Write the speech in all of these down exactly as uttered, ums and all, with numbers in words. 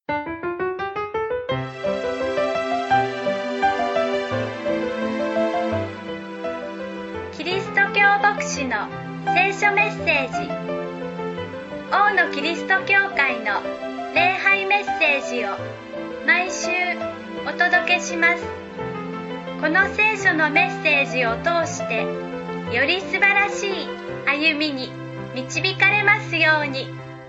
キリスト教牧師の聖書メッセージ。王のキリスト教会の礼拝メッセージを毎週お届けします。この聖書のメッセージを通してより素晴らしい歩みに導かれますように。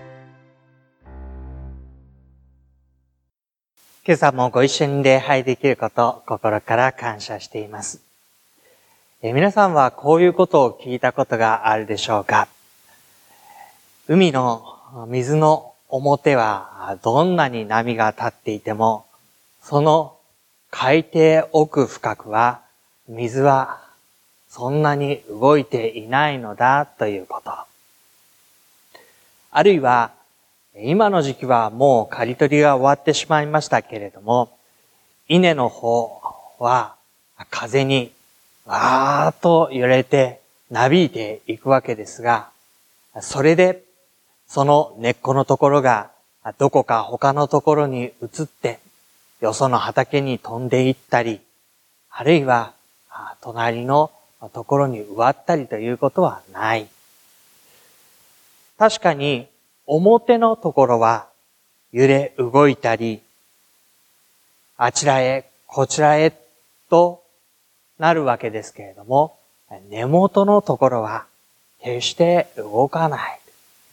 今朝もご一緒に礼拝できること、心から感謝しています。え皆さんはこういうことを聞いたことがあるでしょうか？海の水の表はどんなに波が立っていても、その海底奥深くは水はそんなに動いていないのだということ。あるいは今の時期はもう刈り取りが終わってしまいましたけれども、稲の方は風にわーっと揺れてなびいていくわけですが、それでその根っこのところがどこか他のところに移ってよその畑に飛んでいったり、あるいは隣のところに植わったりということはない。確かに表のところは揺れ動いたり、あちらへこちらへとなるわけですけれども、根元のところは決して動かない。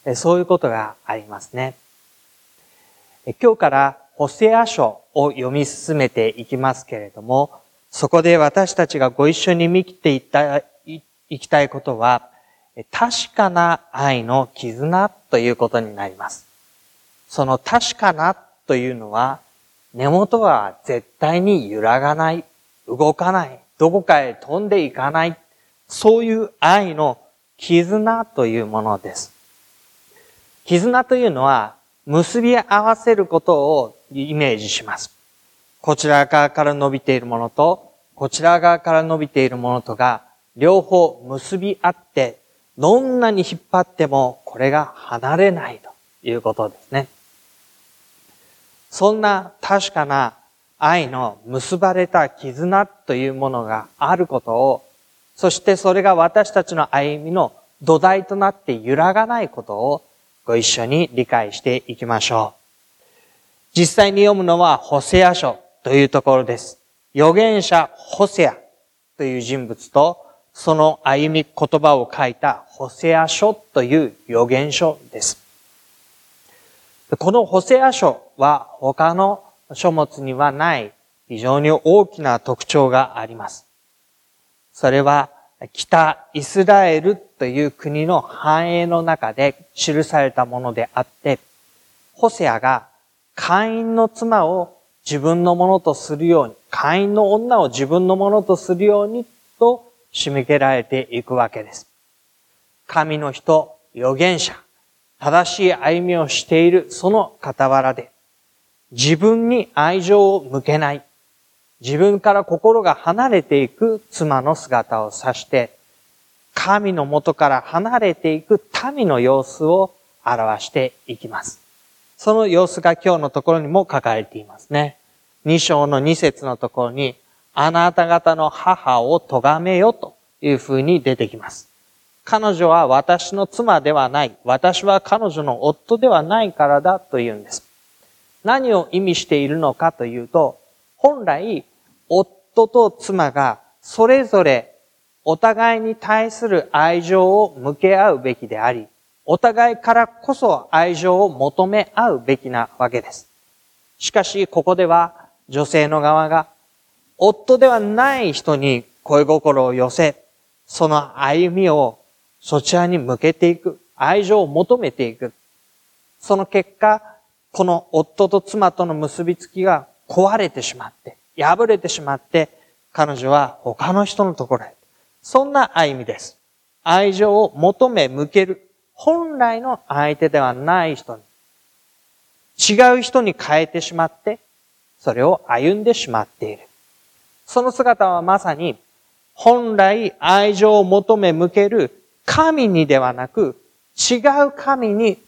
そういうことがありますね。今日からホセア書を読み進めていきますけれども、そこで私たちがご一緒に見ていたいきたいことは、確かな愛の絆ということになります。その確かなというのは、根元は絶対に揺らがない、動かない、どこかへ飛んでいかない、そういう愛の絆というものです。絆というのは、結び合わせることをイメージします。こちら側から伸びているものと、こちら側から伸びているものとが、両方結び合って、どんなに引っ張ってもこれが離れないということですね。そんな確かな愛の結ばれた絆というものがあることを、そしてそれが私たちの歩みの土台となって揺らがないことをご一緒に理解していきましょう。実際に読むのはホセア書というところです。預言者ホセアという人物とその歩み言葉を書いたホセア書という預言書です。このホセア書は他の書物にはない非常に大きな特徴があります。それは北イスラエルという国の繁栄の中で記されたものであって、ホセアがカインの妻を自分のものとするように、カインの女を自分のものとするようにと締め切られていくわけです。神の人、預言者、正しい歩みをしているその傍らで、自分に愛情を向けない、自分から心が離れていく妻の姿を指して、神の元から離れていく民の様子を表していきます。その様子が今日のところにも書かれていますね。に章のに節のところに、あなた方の母を咎めよというふうに出てきます。彼女は私の妻ではない。私は彼女の夫ではないからだというんです。何を意味しているのかというと、本来、夫と妻がそれぞれお互いに対する愛情を向け合うべきであり、お互いからこそ愛情を求め合うべきなわけです。しかし、ここでは女性の側が夫ではない人に恋心を寄せ、その歩みをそちらに向けていく、愛情を求めていく。その結果、この夫と妻との結びつきが壊れてしまって、破れてしまって、彼女は他の人のところへ。そんな歩みです。愛情を求め向ける。本来の相手ではない人に、違う人に変えてしまって、それを歩んでしまっている。その姿はまさに、本来愛情を求め向ける神にではなく、違う神に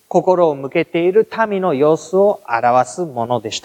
心を向けている民の様子を表すものでした。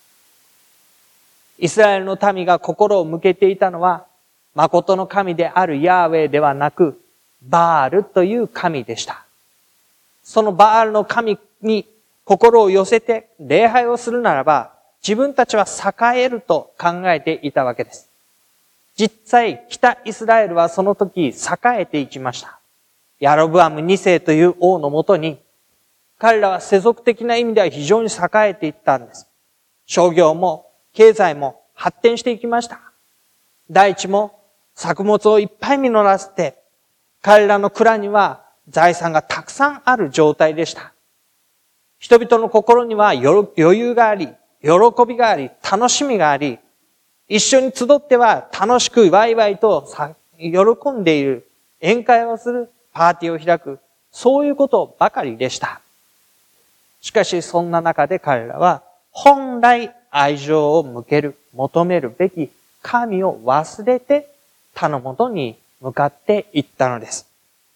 イスラエルの民が心を向けていたのは、誠の神であるヤーウェではなく、バールという神でした。そのバールの神に心を寄せて礼拝をするならば、自分たちは栄えると考えていたわけです。実際、北イスラエルはその時栄えていきました。ヤロブアムに世という王のもとに、彼らは世俗的な意味では非常に栄えていったんです。商業も経済も発展していきました。大地も作物をいっぱい実らせて、彼らの蔵には財産がたくさんある状態でした。人々の心には余裕があり、喜びがあり、楽しみがあり、一緒に集っては楽しくワイワイと喜んでいる、宴会をする、パーティーを開く、そういうことばかりでした。しかしそんな中で彼らは本来愛情を向ける、求めるべき神を忘れて他のもとに向かっていったのです。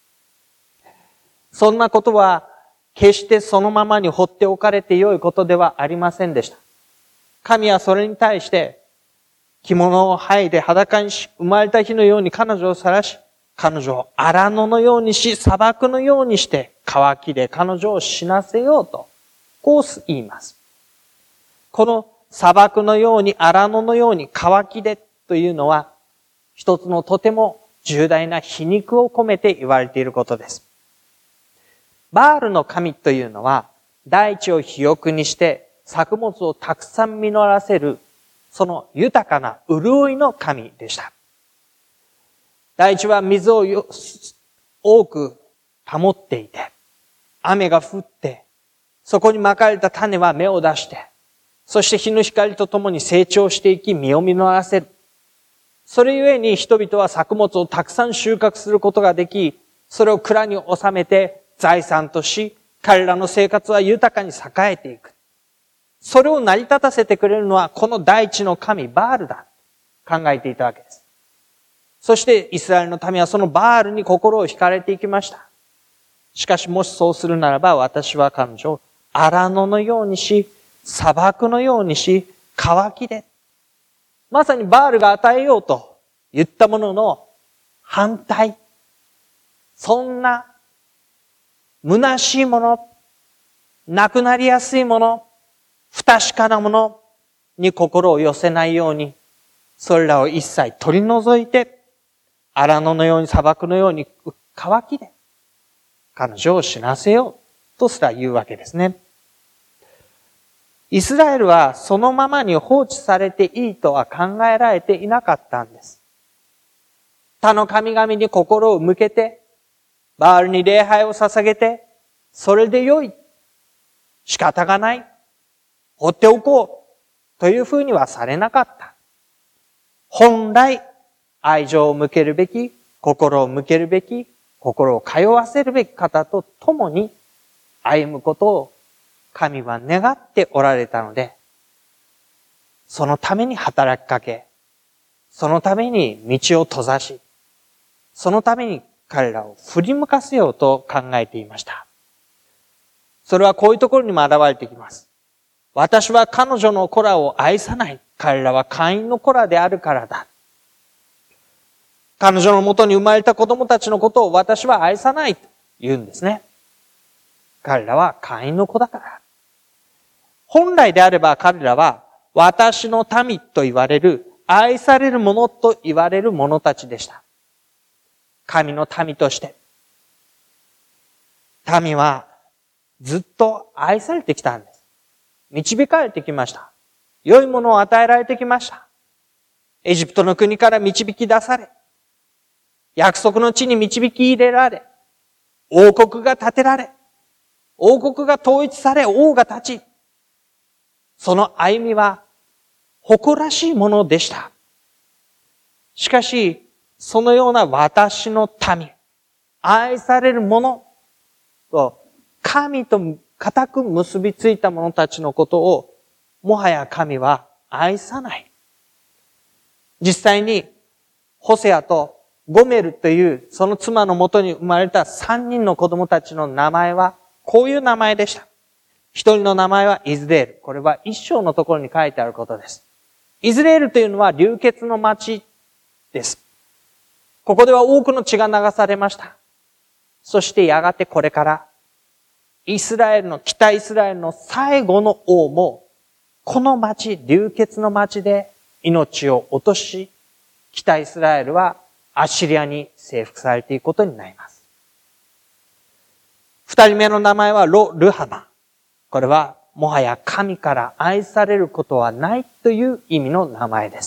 そんなことは決してそのままに放っておかれてよいことではありませんでした。神はそれに対して着物を剥いで裸にし、生まれた日のように彼女を晒し、彼女を荒野のようにし、砂漠のようにして乾きで彼女を死なせようと、こう言います。この砂漠のように荒野のように乾きでというのは、一つのとても重大な皮肉を込めて言われていることです。バールの神というのは、大地を肥沃にして作物をたくさん実らせる、その豊かな潤いの神でした。大地は水を多く保っていて、雨が降って、そこにまかれた種は芽を出して、そして日の光とともに成長していき、実を実らせる。それゆえに人々は作物をたくさん収穫することができ、それを蔵に収めて財産とし、彼らの生活は豊かに栄えていく。それを成り立たせてくれるのはこの大地の神バールだ。考えていたわけです。そしてイスラエルの民はそのバールに心を惹かれていきました。しかしもしそうするならば、私は彼女を荒野のようにし、砂漠のようにし、乾きで。まさにバールが与えようと言ったものの反対。そんな虚しいもの、なくなりやすいもの、不確かなものに心を寄せないように、それらを一切取り除いて、荒野のように砂漠のように乾きで、彼女を死なせようとすら言うわけですね。イスラエルはそのままに放置されていいとは考えられていなかったんです。他の神々に心を向けて、バールに礼拝を捧げて、それで良い。仕方がない。放っておこう。というふうにはされなかった。本来、愛情を向けるべき、心を向けるべき、心を通わせるべき方と共に歩むことを神は願っておられたので、そのために働きかけ、そのために道を閉ざし、そのために彼らを振り向かせようと考えていました。それはこういうところにも現れてきます。私は彼女の子らを愛さない。彼らは会員の子らであるからだ。彼女のもとに生まれた子供たちのことを私は愛さないと言うんですね。彼らは会員の子だから。本来であれば彼らは私の民と言われる、愛される者と言われる者たちでした。神の民として。民はずっと愛されてきたんです。導かれてきました。良いものを与えられてきました。エジプトの国から導き出され、約束の地に導き入れられ、王国が建てられ、王国が統一され、王が立ち、その歩みは誇らしいものでした。しかし、そのような私の民、愛される者と、神と固く結びついた者たちのことを、もはや神は愛さない。実際に、ホセアとゴメルというその妻のもとに生まれた三人の子供たちの名前はこういう名前でした。一人の名前はイズレール。これは一章のところに書いてあることです。イズレールというのは流血の町です。ここでは多くの血が流されました。そしてやがてこれからイスラエルの、北イスラエルの最後の王もこの町、流血の町で命を落とし、北イスラエルはアッシリアに征服されていくことになります。二人目の名前はロ・ルハマ。これはもはや神から愛されることはないという意味の名前です。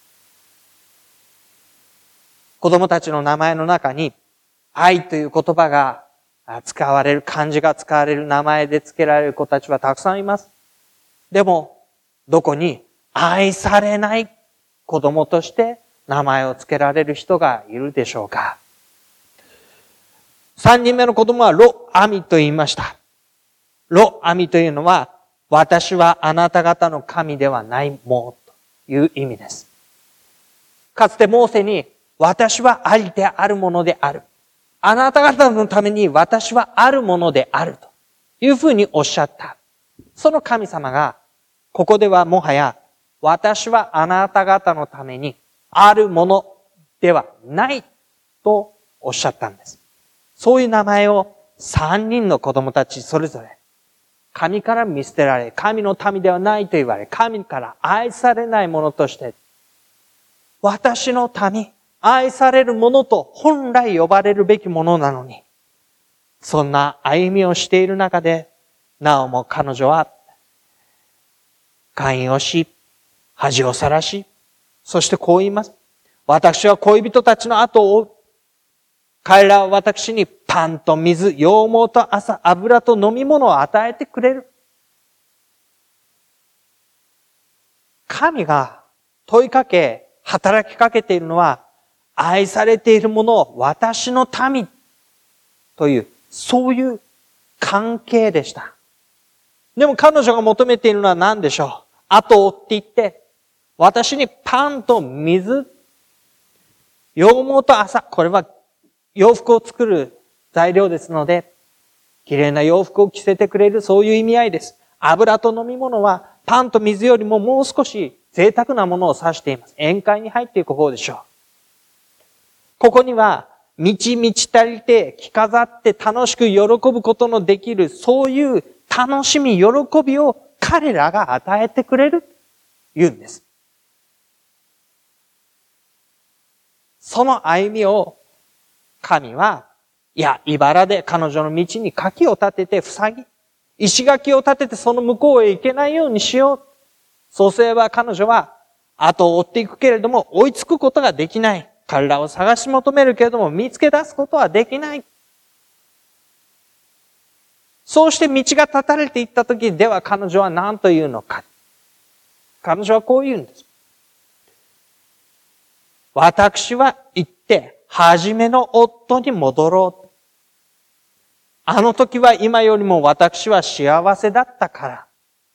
子供たちの名前の中に愛という言葉が使われる、漢字が使われる名前で付けられる子たちはたくさんいます。でも、どこに愛されない子供として名前を付けられる人がいるでしょうか。三人目の子供はロ・アミと言いました。ロ・アミというのは、私はあなた方の神ではないものという意味です。かつてモーセに、私はありであるものである。あなた方のために私はあるものであるというふうにおっしゃった。その神様が、ここではもはや、私はあなた方のためにあるものではないとおっしゃったんです。そういう名前を三人の子供たちそれぞれ、神から見捨てられ、神の民ではないと言われ、神から愛されないものとして、私の民、愛されるものと本来呼ばれるべきものなのに、そんな歩みをしている中で、なおも彼女は、姦淫をし、恥をさらし、そしてこう言います。私は恋人たちの後を追う。彼らは私にパンと水、羊毛と朝、油と飲み物を与えてくれる。神が問いかけ、働きかけているのは、愛されているものを私の民という、そういう関係でした。でも彼女が求めているのは何でしょう。後を追って言って、私にパンと水、羊毛と朝、これは洋服を作る材料ですので、綺麗な洋服を着せてくれる、そういう意味合いです。油と飲み物はパンと水よりももう少し贅沢なものを指しています。宴会に入っていく方でしょう。ここには、満ち満ち足りて、着飾って楽しく喜ぶことのできる、そういう楽しみ、喜びを彼らが与えてくれる、言うんです。その歩みを、神は、いや、茨で彼女の道に垣を立てて塞ぎ、石垣を立ててその向こうへ行けないようにしよう。そうすれば彼女は、後を追っていくけれども、追いつくことができない。彼らを探し求めるけれども、見つけ出すことはできない。そうして道が断たれていったとき、では彼女は何と言うのか。彼女はこう言うんです。私は行って、初めの夫に戻ろう。あの時は今よりも私は幸せだったから。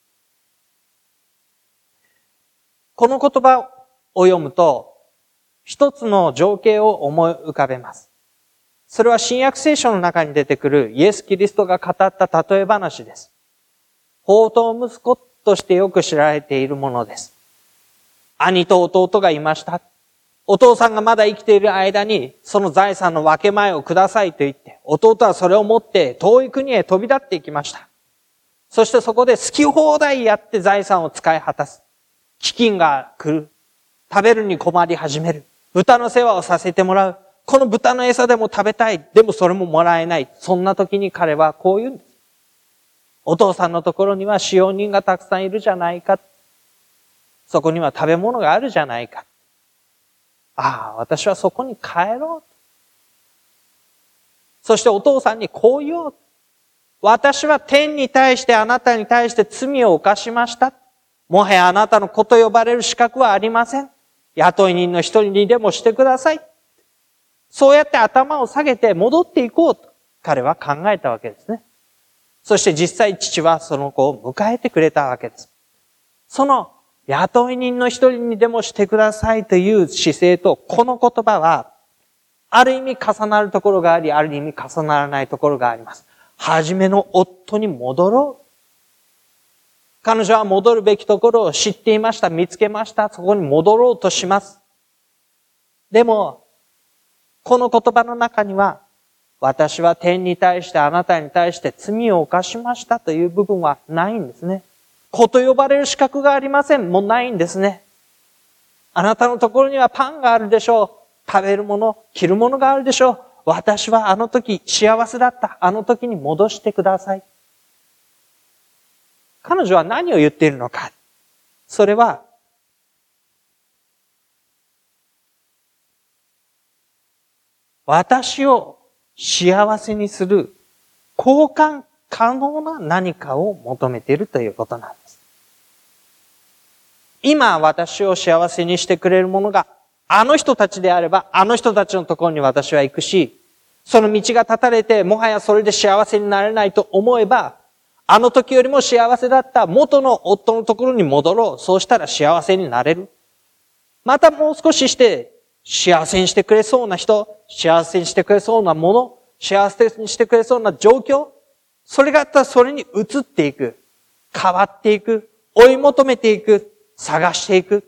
この言葉を読むと、一つの情景を思い浮かべます。それは新約聖書の中に出てくるイエス・キリストが語った例え話です。放蕩息子としてよく知られているものです。兄と弟がいました。お父さんがまだ生きている間に、その財産の分け前をくださいと言って、弟はそれを持って遠い国へ飛び立っていきました。そしてそこで好き放題やって財産を使い果たす。飢饉が来る。食べるに困り始める。豚の世話をさせてもらう。この豚の餌でも食べたい。でもそれももらえない。そんな時に彼はこう言うんです。お父さんのところには使用人がたくさんいるじゃないか。そこには食べ物があるじゃないか。ああ、私はそこに帰ろう。そしてお父さんにこう言おう。私は天に対してあなたに対して罪を犯しました。もはやあなたの子と呼ばれる資格はありません。雇い人の一人にでもしてください。そうやって頭を下げて戻っていこうと彼は考えたわけですね。そして実際父はその子を迎えてくれたわけです。その雇い人の一人にでもしてくださいという姿勢とこの言葉はある意味重なるところがあり、ある意味重ならないところがあります。 初めの夫に戻ろう。彼女は戻るべきところを知っていました。見つけました。そこに戻ろうとします。でも、この言葉の中には、私は天に対してあなたに対して罪を犯しましたという部分はないんですね。子と呼ばれる資格がありません。もうないんですね。あなたのところにはパンがあるでしょう。食べるもの、着るものがあるでしょう。私はあの時幸せだった。あの時に戻してください。彼女は何を言っているのか。それは、私を幸せにする交換可能な何かを求めているということなんです。今私を幸せにしてくれるものがあの人たちであれば、あの人たちのところに私は行くし、その道が断たれて、もはやそれで幸せになれないと思えば、あの時よりも幸せだった元の夫のところに戻ろう。そうしたら幸せになれる。またもう少しして幸せにしてくれそうな人、幸せにしてくれそうなもの、幸せにしてくれそうな状況、それがあったらそれに移っていく。変わっていく。追い求めていく。探していく。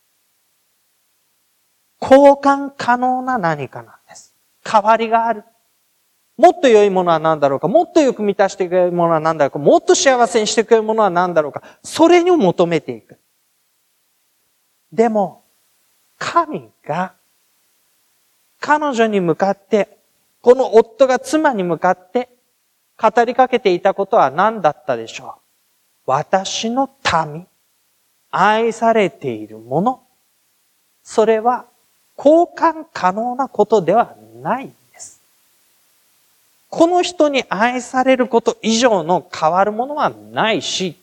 交換可能な何かなんです。変わりがある。もっと良いものは何だろうか。もっとよく満たしてくれるものは何だろうか。もっと幸せにしてくれるものは何だろうか。それを求めていく。でも、神が彼女に向かって、この夫が妻に向かって語りかけていたことは何だったでしょう。私の民、愛されているもの、それは交換可能なことではないんです。この人に愛されること以上の変わるものはないし、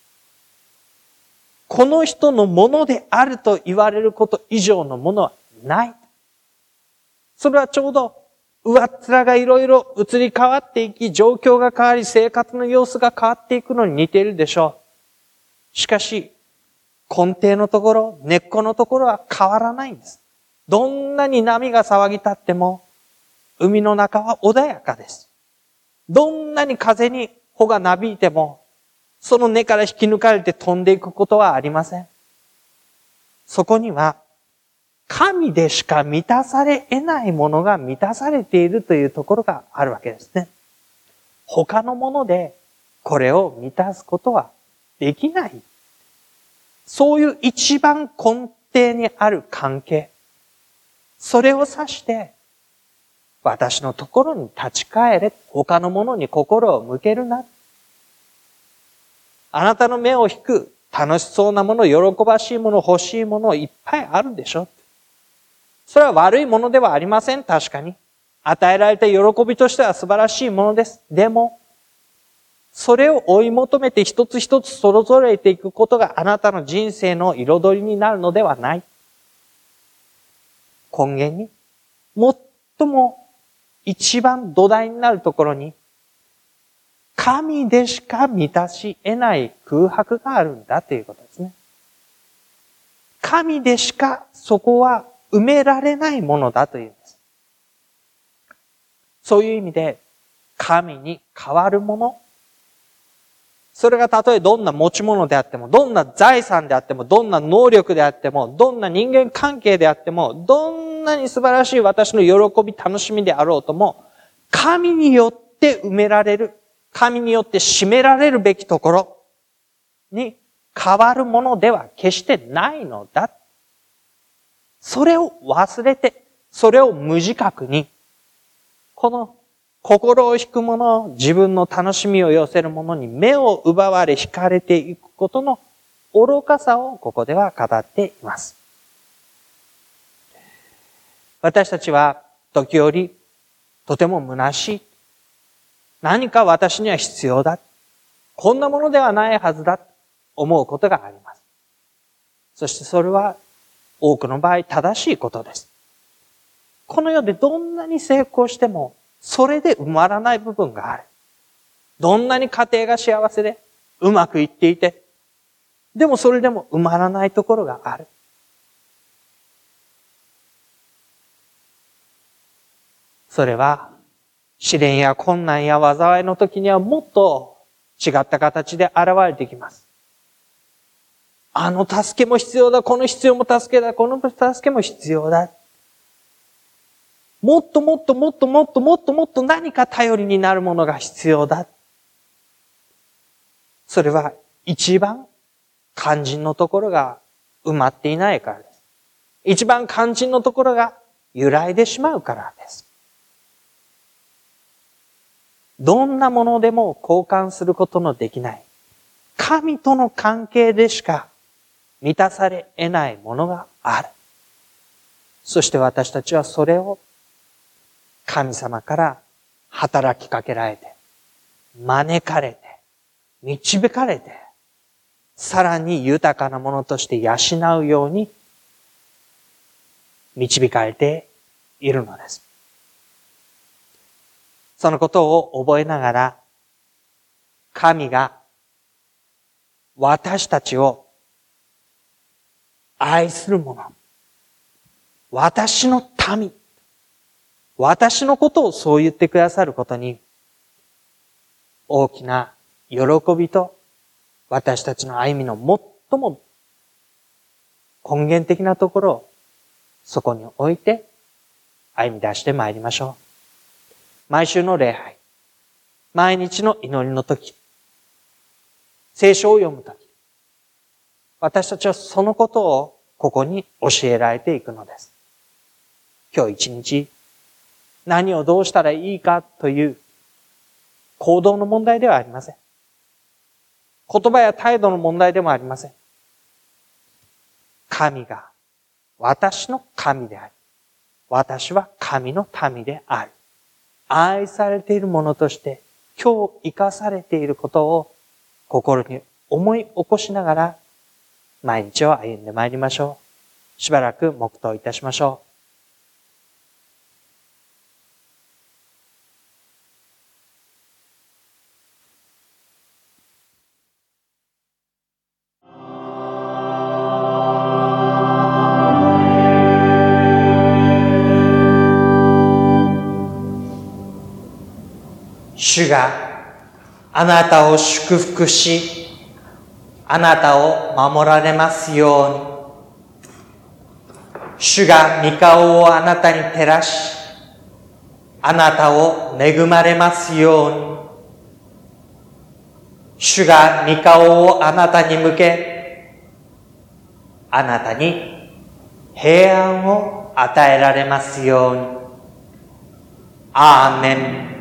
この人のものであると言われること以上のものはない。それはちょうど上っ面がいろいろ移り変わっていき、状況が変わり、生活の様子が変わっていくのに似ているでしょう。しかし、根底のところ、根っこのところは変わらないんです。どんなに波が騒ぎ立っても、海の中は穏やかです。どんなに風に帆がなびいても、その根から引き抜かれて飛んでいくことはありません。そこには、神でしか満たされ得ないものが満たされているというところがあるわけですね。他のものでこれを満たすことはできない。そういう一番根底にある関係。それを指して、私のところに立ち返れ。他のものに心を向けるな。あなたの目を引く楽しそうなもの、喜ばしいもの、欲しいものいっぱいあるでしょ。それは悪いものではありません。確かに。与えられた喜びとしては素晴らしいものです。でも、それを追い求めて一つ一つそれぞれていくことがあなたの人生の彩りになるのではない。根源に、最も一番土台になるところに、神でしか満たし得ない空白があるんだということですね。神でしかそこは埋められないものだというんです。そういう意味で、神に代わるもの、それがたとえどんな持ち物であっても、どんな財産であっても、どんな能力であっても、どんな人間関係であっても、どんなに素晴らしい私の喜び、楽しみであろうとも、神によって埋められる、神によって占められるべきところに変わるものでは決してないのだ。それを忘れて、それを無自覚に、この心を引くもの、自分の楽しみを寄せるものに目を奪われ惹かれていくことの愚かさをここでは語っています。私たちは時折とても虚しい。何か私には必要だ。こんなものではないはずだ。思うことがあります。そしてそれは多くの場合正しいことです。この世でどんなに成功してもそれで埋まらない部分がある。どんなに家庭が幸せでうまくいっていて、でもそれでも埋まらないところがある。それは試練や困難や災いの時にはもっと違った形で現れてきます。あの助けも必要だ、この必要も助けだ、この助けも必要だ。もっともっともっともっともっともっと何か頼りになるものが必要だ。それは一番肝心のところが埋まっていないからです。一番肝心のところが揺らいでしまうからです。どんなものでも交換することのできない、神との関係でしか満たされ得ないものがある。そして私たちはそれを神様から働きかけられて、招かれて、導かれて、さらに豊かなものとして養うように導かれているのです。そのことを覚えながら、神が私たちを愛するもの、私の民、私のことをそう言ってくださることに、大きな喜びと私たちの歩みの最も根源的なところをそこに置いて歩み出してまいりましょう。毎週の礼拝、毎日の祈りの時、聖書を読む時、私たちはそのことをここに教えられていくのです。今日一日、何をどうしたらいいかという行動の問題ではありません。言葉や態度の問題でもありません。神が私の神であり、私は神の民である。愛されているものとして今日生かされていることを心に思い起こしながら毎日を歩んでまいりましょう。しばらく黙祷いたしましょう。主があなたを祝福し、あなたを守られますように。主が御顔をあなたに照らし、あなたを恵まれますように。主が御顔をあなたに向け、あなたに平安を与えられますように。アーメン。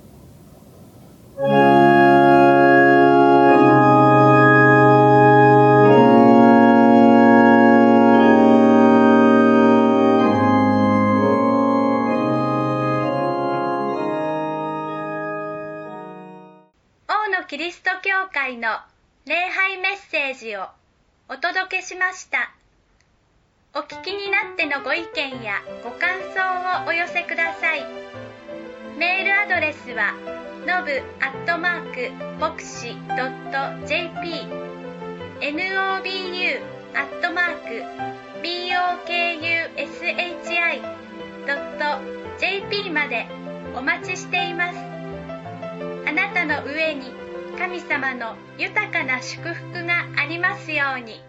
キリスト教会の礼拝メッセージをお届けしました。お聞きになってのご意見やご感想をお寄せください。メールアドレスはノブアットマーク牧師ドット ジェーピー ノブ アットマーク ボクシ ドット ジェーピー までお待ちしています。あなたの上に神様の豊かな祝福がありますように。